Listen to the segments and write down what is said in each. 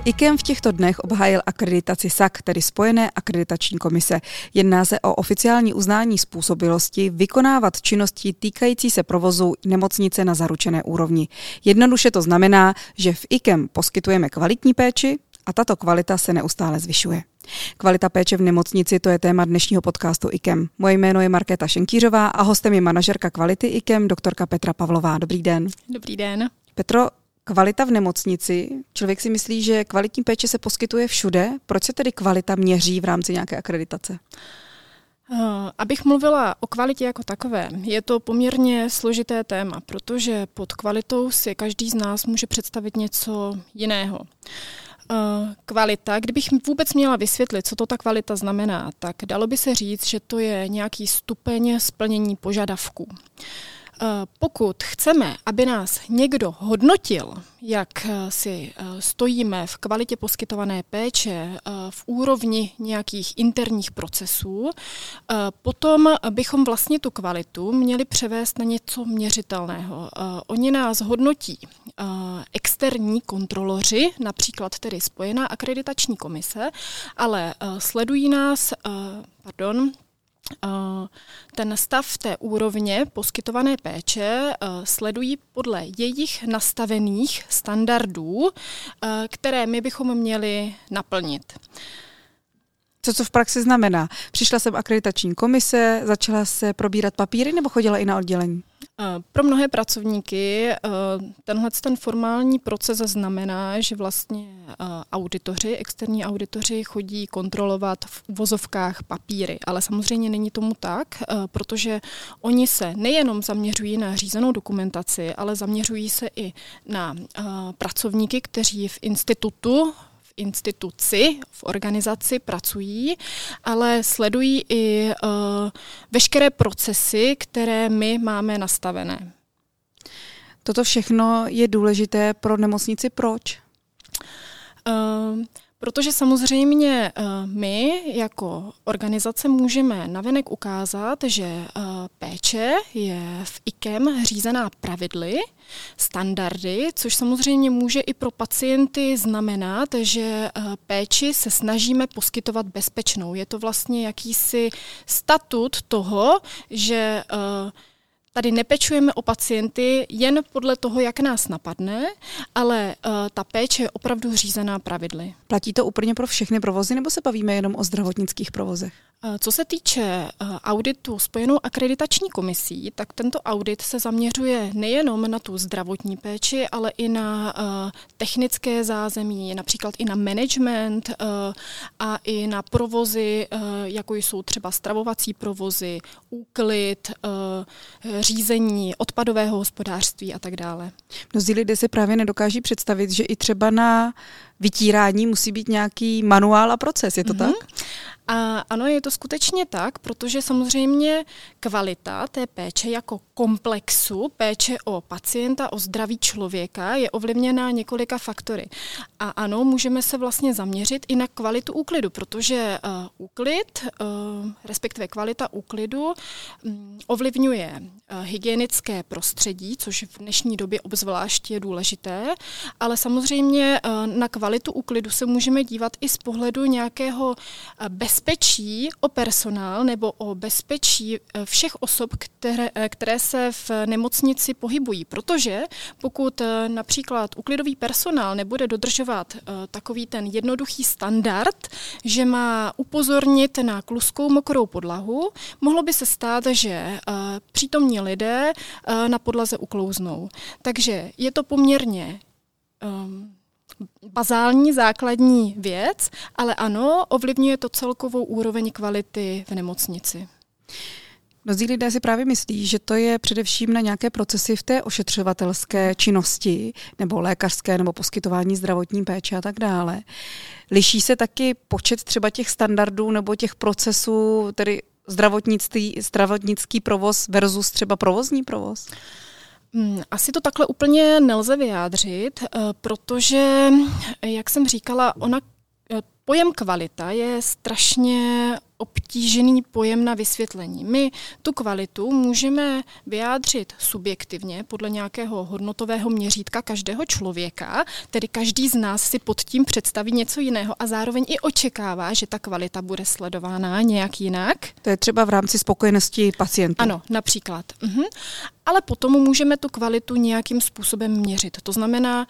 IKEM v těchto dnech obhájil akreditaci SAK, tedy Spojené akreditační komise. Jedná se o oficiální uznání způsobilosti vykonávat činnosti týkající se provozu nemocnice na zaručené úrovni. Jednoduše to znamená, že v IKEM poskytujeme kvalitní péči a tato kvalita se neustále zvyšuje. Kvalita péče v nemocnici, to je téma dnešního podcastu IKEM. Moje jméno je Markéta Šenkýřová a hostem je manažerka kvality IKEM, doktorka Petra Pavlová. Dobrý den. Dobrý den. Petro, kvalita v nemocnici. Člověk si myslí, že kvalitní péče se poskytuje všude. Proč se tedy kvalita měří v rámci nějaké akreditace? Abych mluvila o kvalitě jako takové, je to poměrně složité téma, protože pod kvalitou si každý z nás může představit něco jiného. Kvalita, kdybych vůbec měla vysvětlit, co to ta kvalita znamená, tak dalo by se říct, že to je nějaký stupeň splnění požadavků. Pokud chceme, aby nás někdo hodnotil, jak si stojíme v kvalitě poskytované péče, v úrovni nějakých interních procesů, potom bychom vlastně tu kvalitu měli převést na něco měřitelného. Oni nás hodnotí externí kontroloři, například tedy Spojená akreditační komise, ale sledují nás, ten stav té úrovně poskytované péče sledují podle jejich nastavených standardů, které my bychom měli naplnit. Co v praxi znamená? Přišla jsem akreditační komise, začala se probírat papíry nebo chodila i na oddělení? Pro mnohé pracovníky ten formální proces znamená, že vlastně externí auditoři chodí kontrolovat v uvozovkách papíry, ale samozřejmě není tomu tak, protože oni se nejenom zaměřují na řízenou dokumentaci, ale zaměřují se i na pracovníky, kteří v instituci, v organizaci pracují, ale sledují i veškeré procesy, které my máme nastavené. Toto všechno je důležité pro nemocnici. Proč? Protože samozřejmě my jako organizace můžeme navenek ukázat, že péče je v IKEM řízená pravidly, standardy, což samozřejmě může i pro pacienty znamenat, že péči se snažíme poskytovat bezpečnou. Je to vlastně jakýsi statut toho, že tady nepečujeme o pacienty jen podle toho, jak nás napadne, ale ta péče je opravdu řízená pravidly. Platí to úplně pro všechny provozy, nebo se bavíme jenom o zdravotnických provozech? Co se týče auditu Spojenou akreditační komisí, tak tento audit se zaměřuje nejenom na tu zdravotní péči, ale i na technické zázemí, například i na management a i na provozy, jako jsou třeba stravovací provozy, úklid, řízení odpadového hospodářství a tak dále. Mnozí lidé si právě nedokáží představit, že i třeba na vytírání musí být nějaký manuál a proces, je to tak? A ano, je to skutečně tak, protože samozřejmě kvalita té péče jako komplexu, péče o pacienta, o zdraví člověka je ovlivněná několika faktory. A ano, můžeme se vlastně zaměřit i na kvalitu úklidu, protože úklid, respektive kvalita úklidu ovlivňuje hygienické prostředí, což v dnešní době obzvlášť je důležité, ale samozřejmě na kvalitu úklidu se můžeme dívat i z pohledu nějakého bezpečí o personál nebo o bezpečí všech osob, které se v nemocnici pohybují. Protože pokud například úklidový personál nebude dodržovat takový ten jednoduchý standard, že má upozornit na kluskou mokrou podlahu, mohlo by se stát, že přítomní lidé na podlaze uklouznou. Takže je to poměrně bazální základní věc, ale ano, ovlivňuje to celkovou úroveň kvality v nemocnici. Mnozí lidé si právě myslí, že to je především na nějaké procesy v té ošetřovatelské činnosti, nebo lékařské, nebo poskytování zdravotní péče a tak dále. Liší se taky počet třeba těch standardů nebo těch procesů, tedy zdravotnický provoz versus třeba provozní provoz? Asi to takhle úplně nelze vyjádřit, protože, jak jsem říkala, Pojem kvalita je strašně obtížený pojem na vysvětlení. My tu kvalitu můžeme vyjádřit subjektivně podle nějakého hodnotového měřítka každého člověka, tedy každý z nás si pod tím představí něco jiného a zároveň i očekává, že ta kvalita bude sledována nějak jinak. To je třeba v rámci spokojenosti pacientů. Ano, například. Ale potom můžeme tu kvalitu nějakým způsobem měřit. To znamená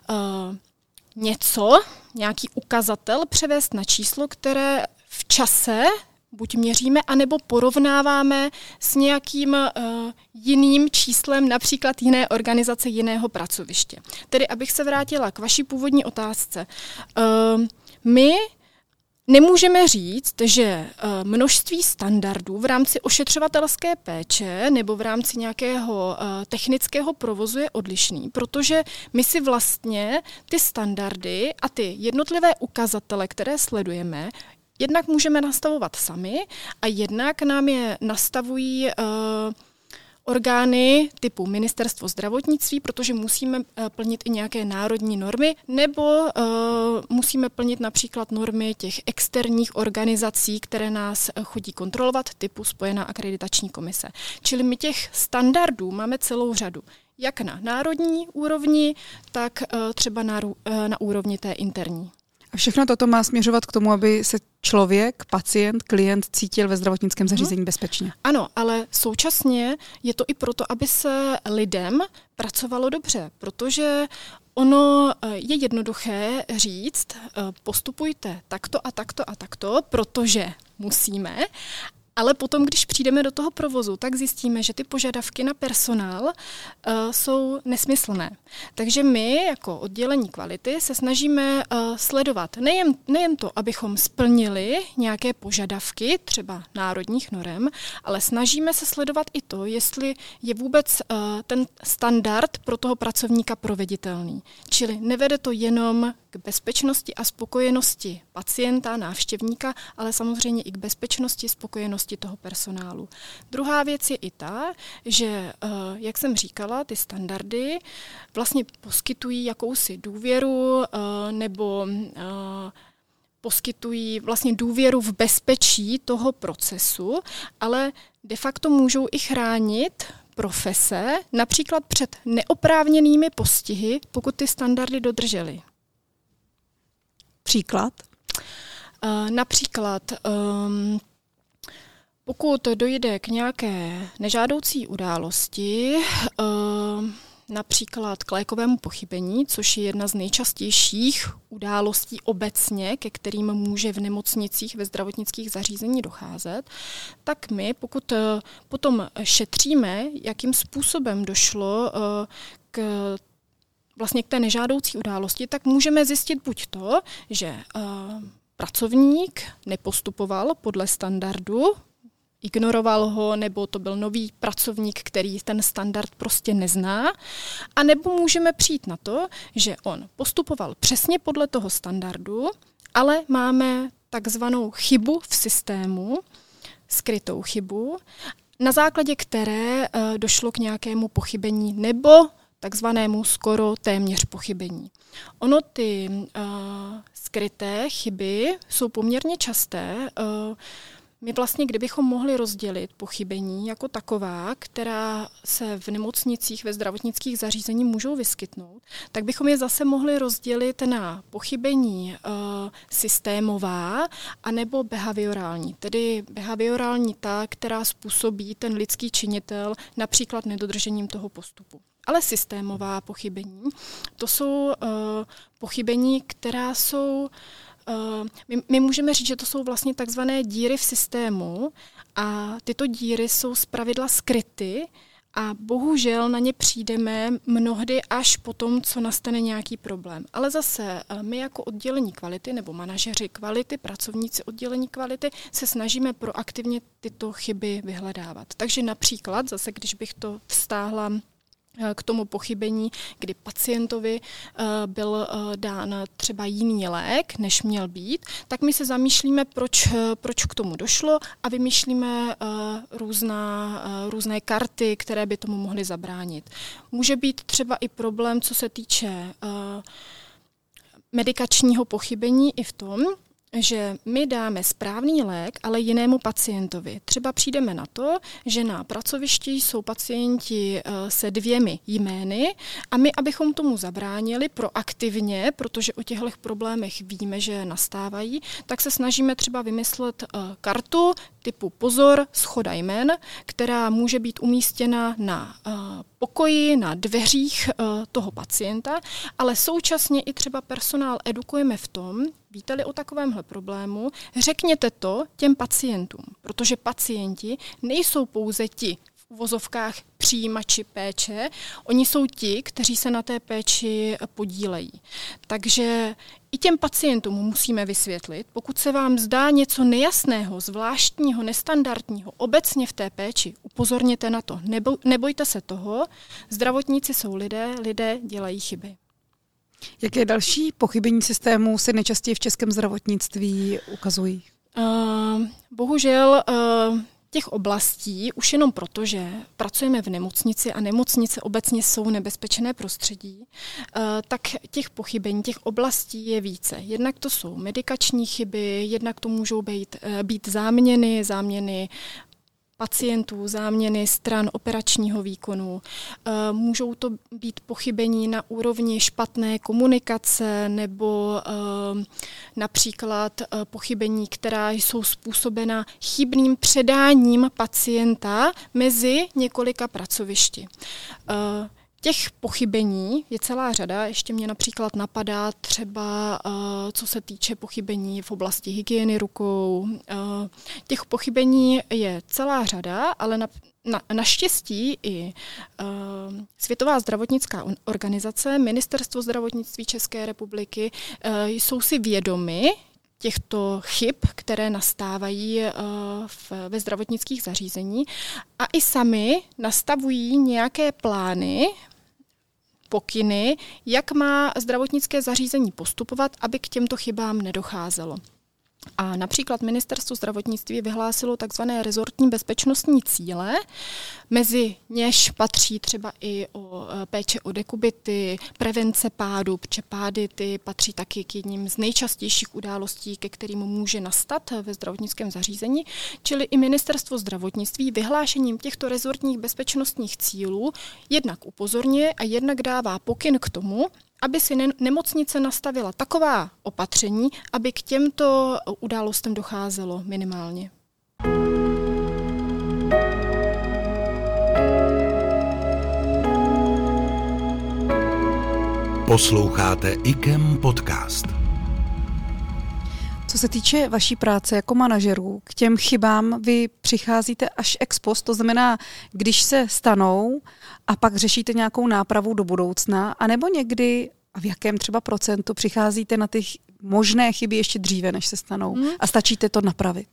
nějaký ukazatel převést na číslo, které v čase buď měříme, anebo porovnáváme s nějakým jiným číslem, například jiné organizace, jiného pracoviště. Tedy, abych se vrátila k vaší původní otázce. My nemůžeme říct, že množství standardů v rámci ošetřovatelské péče nebo v rámci nějakého technického provozu je odlišný, protože my si vlastně ty standardy a ty jednotlivé ukazatele, které sledujeme, jednak můžeme nastavovat sami a jednak nám je nastavují orgány typu Ministerstvo zdravotnictví, protože musíme plnit i nějaké národní normy, nebo musíme plnit například normy těch externích organizací, které nás chodí kontrolovat, typu Spojená akreditační komise. Čili my těch standardů máme celou řadu. Jak na národní úrovni, tak třeba na úrovni té interní. A všechno toto má směřovat k tomu, aby se člověk, pacient, klient cítil ve zdravotnickém zařízení bezpečně. Ano, ale současně je to i proto, aby se lidem pracovalo dobře, protože ono je jednoduché říct, postupujte takto a takto a takto, protože musíme, ale potom, když přijdeme do toho provozu, tak zjistíme, že ty požadavky na personál jsou nesmyslné. Takže my jako oddělení kvality se snažíme sledovat nejen to, abychom splnili nějaké požadavky, třeba národních norem, ale snažíme se sledovat i to, jestli je vůbec ten standard pro toho pracovníka proveditelný. Čili nevede to jenom k bezpečnosti a spokojenosti pacienta, návštěvníka, ale samozřejmě i k bezpečnosti, spokojenosti toho personálu. Druhá věc je i ta, že, jak jsem říkala, ty standardy vlastně poskytují jakousi důvěru nebo poskytují vlastně důvěru v bezpečí toho procesu, ale de facto můžou i chránit profese, například před neoprávněnými postihy, pokud ty standardy dodržely. Příklad? Například, pokud dojde k nějaké nežádoucí události, například k lékovému pochybení, což je jedna z nejčastějších událostí obecně, ke kterým může v nemocnicích, ve zdravotnických zařízení docházet, tak my, pokud potom šetříme, jakým způsobem došlo k té nežádoucí události, tak můžeme zjistit buď to, že pracovník nepostupoval podle standardu, ignoroval ho, nebo to byl nový pracovník, který ten standard prostě nezná, a nebo můžeme přijít na to, že on postupoval přesně podle toho standardu, ale máme takzvanou chybu v systému, skrytou chybu, na základě které došlo k nějakému pochybení nebo takzvanému skoro téměř pochybení. Ono ty skryté chyby jsou poměrně časté. My vlastně, kdybychom mohli rozdělit pochybení jako taková, která se v nemocnicích, ve zdravotnických zařízeních můžou vyskytnout, tak bychom je zase mohli rozdělit na pochybení systémová anebo behaviorální. Tedy behaviorální ta, která způsobí ten lidský činitel například nedodržením toho postupu. Ale systémová pochybení, to jsou pochybení, která jsou my můžeme říct, že to jsou vlastně takzvané díry v systému a tyto díry jsou zpravidla skryty a bohužel na ně přijdeme mnohdy až po tom, co nastane nějaký problém. Ale zase my jako oddělení kvality nebo manažeři kvality, pracovníci oddělení kvality se snažíme proaktivně tyto chyby vyhledávat. Takže například, zase když bych to vztáhla k tomu pochybení, kdy pacientovi byl dán třeba jiný lék, než měl být, tak my se zamýšlíme, proč k tomu došlo a vymýšlíme různé karty, které by tomu mohly zabránit. Může být třeba i problém, co se týče medikačního pochybení i v tom, že my dáme správný lék, ale jinému pacientovi. Třeba přijdeme na to, že na pracovišti jsou pacienti se 2 jmény a my, abychom tomu zabránili proaktivně, protože o těchto problémech víme, že nastávají, tak se snažíme třeba vymyslet kartu typu pozor, shoda jmen, která může být umístěna na pokoji, na dveřích toho pacienta, ale současně i třeba personál edukujeme v tom, víte-li o takovémhle problému, řekněte to těm pacientům, protože pacienti nejsou pouze ti v uvozovkách přijímači péče, oni jsou ti, kteří se na té péči podílejí. Takže i těm pacientům musíme vysvětlit, pokud se vám zdá něco nejasného, zvláštního, nestandardního, obecně v té péči, upozorněte na to. Nebojte se toho, zdravotníci jsou lidé dělají chyby. Jaké další pochybení systému se nejčastěji v českém zdravotnictví ukazují? Bohužel těch oblastí, už jenom proto, že pracujeme v nemocnici a nemocnice obecně jsou nebezpečné prostředí, tak těch pochybení, těch oblastí je více. Jednak to jsou medikační chyby, jednak to můžou být záměny pacientů, záměny stran operačního výkonu. Můžou to být pochybení na úrovni špatné komunikace nebo například pochybení, která jsou způsobena chybným předáním pacienta mezi několika pracovišti. Těch pochybení je celá řada, ještě mě například napadá třeba, co se týče pochybení v oblasti hygieny rukou. Těch pochybení je celá řada, ale naštěstí i Světová zdravotnická organizace, Ministerstvo zdravotnictví České republiky jsou si vědomi těchto chyb, které nastávají ve zdravotnických zařízení a i sami nastavují nějaké plány, pokyny, jak má zdravotnické zařízení postupovat, aby k těmto chybám nedocházelo. A například Ministerstvo zdravotnictví vyhlásilo takzvané rezortní bezpečnostní cíle, mezi něž patří třeba i péče o dekubity, prevence pádu, protože pády ty patří taky k jedním z nejčastějších událostí, ke kterým může nastat ve zdravotnickém zařízení, čili i Ministerstvo zdravotnictví vyhlášením těchto rezortních bezpečnostních cílů jednak upozorňuje a jednak dává pokyn k tomu, aby si nemocnice nastavila taková opatření, aby k těmto událostem docházelo minimálně. Posloucháte IKEM podcast. Co se týče vaší práce jako manažerů, k těm chybám vy přicházíte až ex post, to znamená, když se stanou a pak řešíte nějakou nápravu do budoucna, anebo někdy, a v jakém třeba procentu přicházíte na ty možné chyby ještě dříve, než se stanou a stačíte to napravit?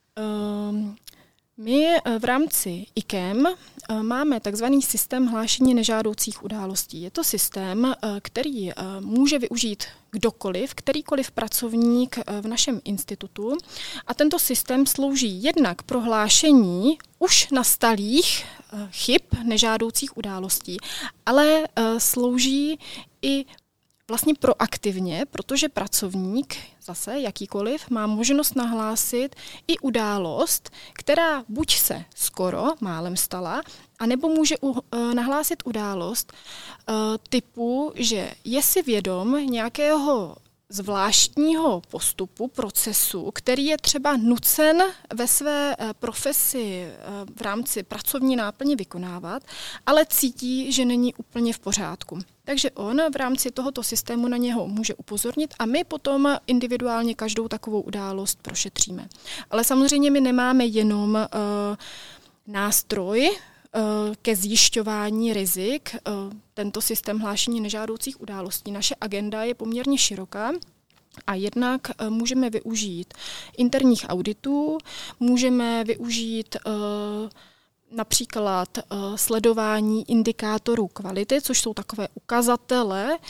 My v rámci IKEM máme takzvaný systém hlášení nežádoucích událostí. Je to systém, který může využít kdokoliv, kterýkoliv pracovník v našem institutu. A tento systém slouží jednak pro hlášení už nastalých chyb nežádoucích událostí, ale slouží i vlastně proaktivně, protože pracovník, zase jakýkoliv, má možnost nahlásit i událost, která buď se skoro málem stala, anebo může nahlásit událost typu, že je si vědom nějakého zvláštního postupu, procesu, který je třeba nucen ve své profesi v rámci pracovní náplně vykonávat, ale cítí, že není úplně v pořádku. Takže on v rámci tohoto systému na něho může upozornit a my potom individuálně každou takovou událost prošetříme. Ale samozřejmě my nemáme jenom nástroj ke zjišťování rizik, tento systém hlášení nežádoucích událostí. Naše agenda je poměrně široká a jednak můžeme využít interních auditů, můžeme využít například sledování indikátorů kvality, což jsou takové ukazatele,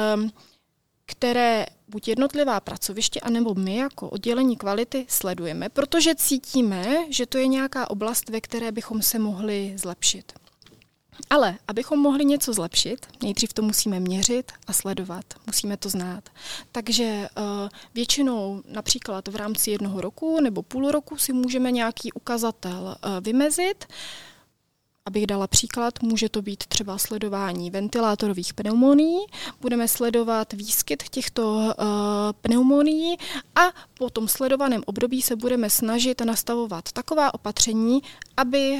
které buď jednotlivá pracoviště, anebo my jako oddělení kvality sledujeme, protože cítíme, že to je nějaká oblast, ve které bychom se mohli zlepšit. Ale abychom mohli něco zlepšit, nejdřív to musíme měřit a sledovat, musíme to znát. Takže většinou například v rámci 1 roku nebo půl roku si můžeme nějaký ukazatel vymezit. Abych dala příklad, může to být třeba sledování ventilátorových pneumonií, budeme sledovat výskyt těchto pneumonií a po tom sledovaném období se budeme snažit nastavovat taková opatření, aby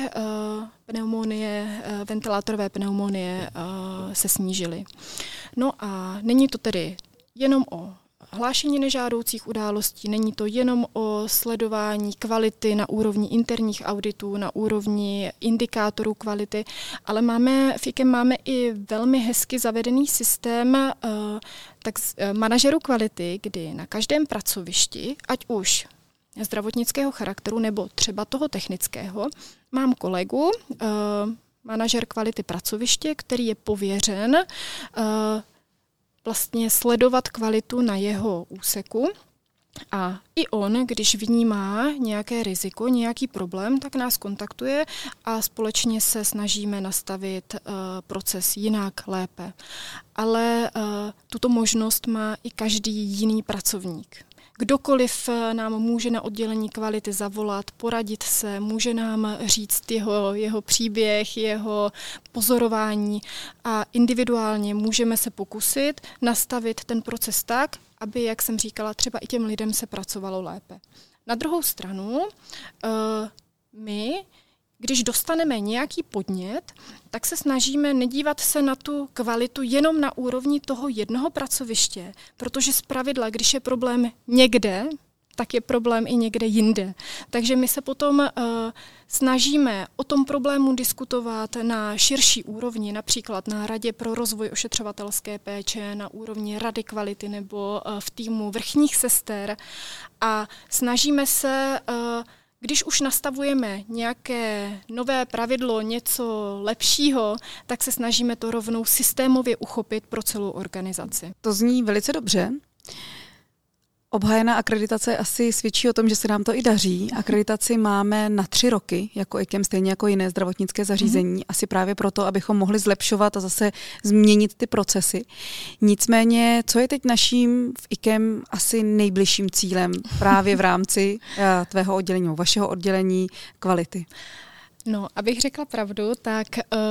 ventilátorové pneumonie se snížily. No a není to tedy jenom o hlášení nežádoucích událostí, není to jenom o sledování kvality na úrovni interních auditů, na úrovni indikátorů kvality, ale v IKEM máme i velmi hezky zavedený systém manažerů kvality, kdy na každém pracovišti, ať už zdravotnického charakteru nebo třeba toho technického, mám kolegu, manažer kvality pracoviště, který je pověřen vlastně sledovat kvalitu na jeho úseku a i on, když vnímá nějaké riziko, nějaký problém, tak nás kontaktuje a společně se snažíme nastavit proces jinak, lépe. Ale tuto možnost má i každý jiný pracovník. Kdokoliv nám může na oddělení kvality zavolat, poradit se, může nám říct jeho příběh, jeho pozorování a individuálně můžeme se pokusit nastavit ten proces tak, aby, jak jsem říkala, třeba i těm lidem se pracovalo lépe. Na druhou stranu, my, když dostaneme nějaký podnět, tak se snažíme nedívat se na tu kvalitu jenom na úrovni toho jednoho pracoviště, protože zpravidla, když je problém někde, tak je problém i někde jinde. Takže my se potom snažíme o tom problému diskutovat na širší úrovni, například na Radě pro rozvoj ošetřovatelské péče, na úrovni Rady kvality nebo v týmu vrchních sester a snažíme se když už nastavujeme nějaké nové pravidlo, něco lepšího, tak se snažíme to rovnou systémově uchopit pro celou organizaci. To zní velice dobře. Obhájená akreditace asi svědčí o tom, že se nám to i daří. Akreditaci máme na 3 roky, jako IKEM, stejně jako jiné zdravotnické zařízení. Asi právě proto, abychom mohli zlepšovat a zase změnit ty procesy. Nicméně, co je teď naším v IKEM asi nejbližším cílem právě v rámci tvého oddělení, vašeho oddělení kvality? No, abych řekla pravdu, tak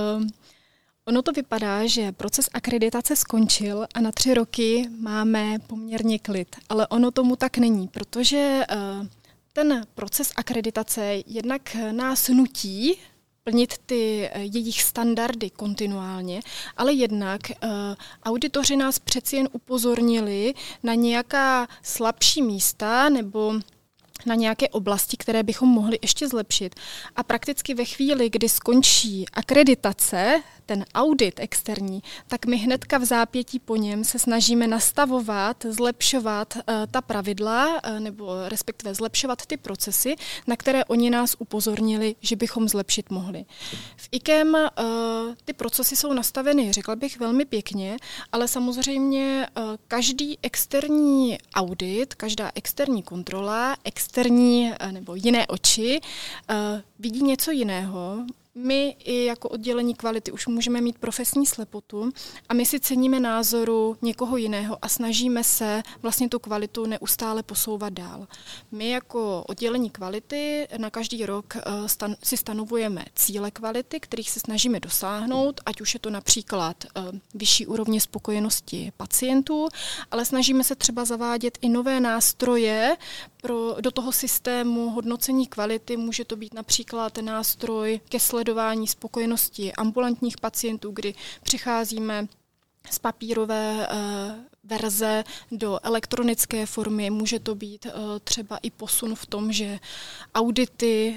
ono to vypadá, že proces akreditace skončil a na 3 roky máme poměrně klid, ale ono tomu tak není, protože ten proces akreditace jednak nás nutí plnit ty jejich standardy kontinuálně, ale jednak auditoři nás přeci jen upozornili na nějaká slabší místa nebo na nějaké oblasti, které bychom mohli ještě zlepšit. A prakticky ve chvíli, kdy skončí akreditace, ten audit externí, tak my hnedka v zápětí po něm se snažíme nastavovat, zlepšovat ta pravidla, nebo respektive zlepšovat ty procesy, na které oni nás upozornili, že bychom zlepšit mohli. V IKEM ty procesy jsou nastaveny, řekla bych, velmi pěkně, ale samozřejmě každý externí audit, každá externí kontrola, externí nebo jiné oči vidí něco jiného. My i jako oddělení kvality už můžeme mít profesní slepotu a my si ceníme názoru někoho jiného a snažíme se vlastně tu kvalitu neustále posouvat dál. My jako oddělení kvality na každý rok si stanovujeme cíle kvality, kterých se snažíme dosáhnout, ať už je to například vyšší úrovně spokojenosti pacientů, ale snažíme se třeba zavádět i nové nástroje do toho systému hodnocení kvality. Může to být například nástroj ke sledování spokojenosti ambulantních pacientů, kdy přicházíme z papírové verze do elektronické formy. Může to být třeba i posun v tom, že audity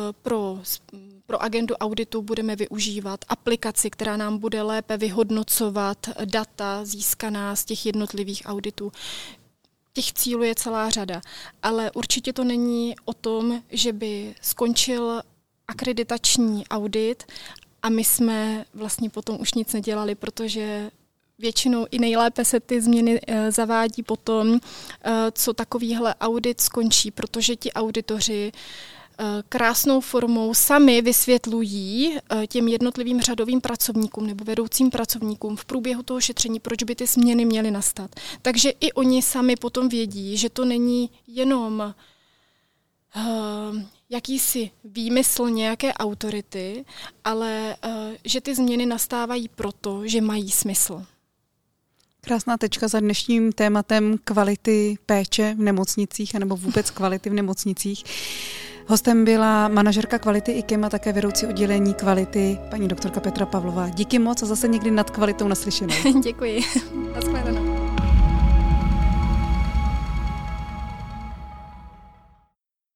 pro agendu auditu budeme využívat aplikaci, která nám bude lépe vyhodnocovat data získaná z těch jednotlivých auditů. Těch cílů je celá řada, ale určitě to není o tom, že by skončil akreditační audit a my jsme vlastně potom už nic nedělali, protože většinou i nejlépe se ty změny zavádí potom, co takovýhle audit skončí, protože ti auditoři krásnou formou sami vysvětlují těm jednotlivým řadovým pracovníkům nebo vedoucím pracovníkům v průběhu toho šetření, proč by ty změny měly nastat. Takže i oni sami potom vědí, že to není jenom jakýsi výmysl nějaké autority, ale že ty změny nastávají proto, že mají smysl. Krásná tečka za dnešním tématem kvality péče v nemocnicích, anebo vůbec kvality v nemocnicích. Hostem byla manažerka kvality IKEM a také vedoucí oddělení kvality paní doktorka Petra Pavlová. Díky moc a zase někdy nad kvalitou naslyšenou. Děkuji. Nashledanou.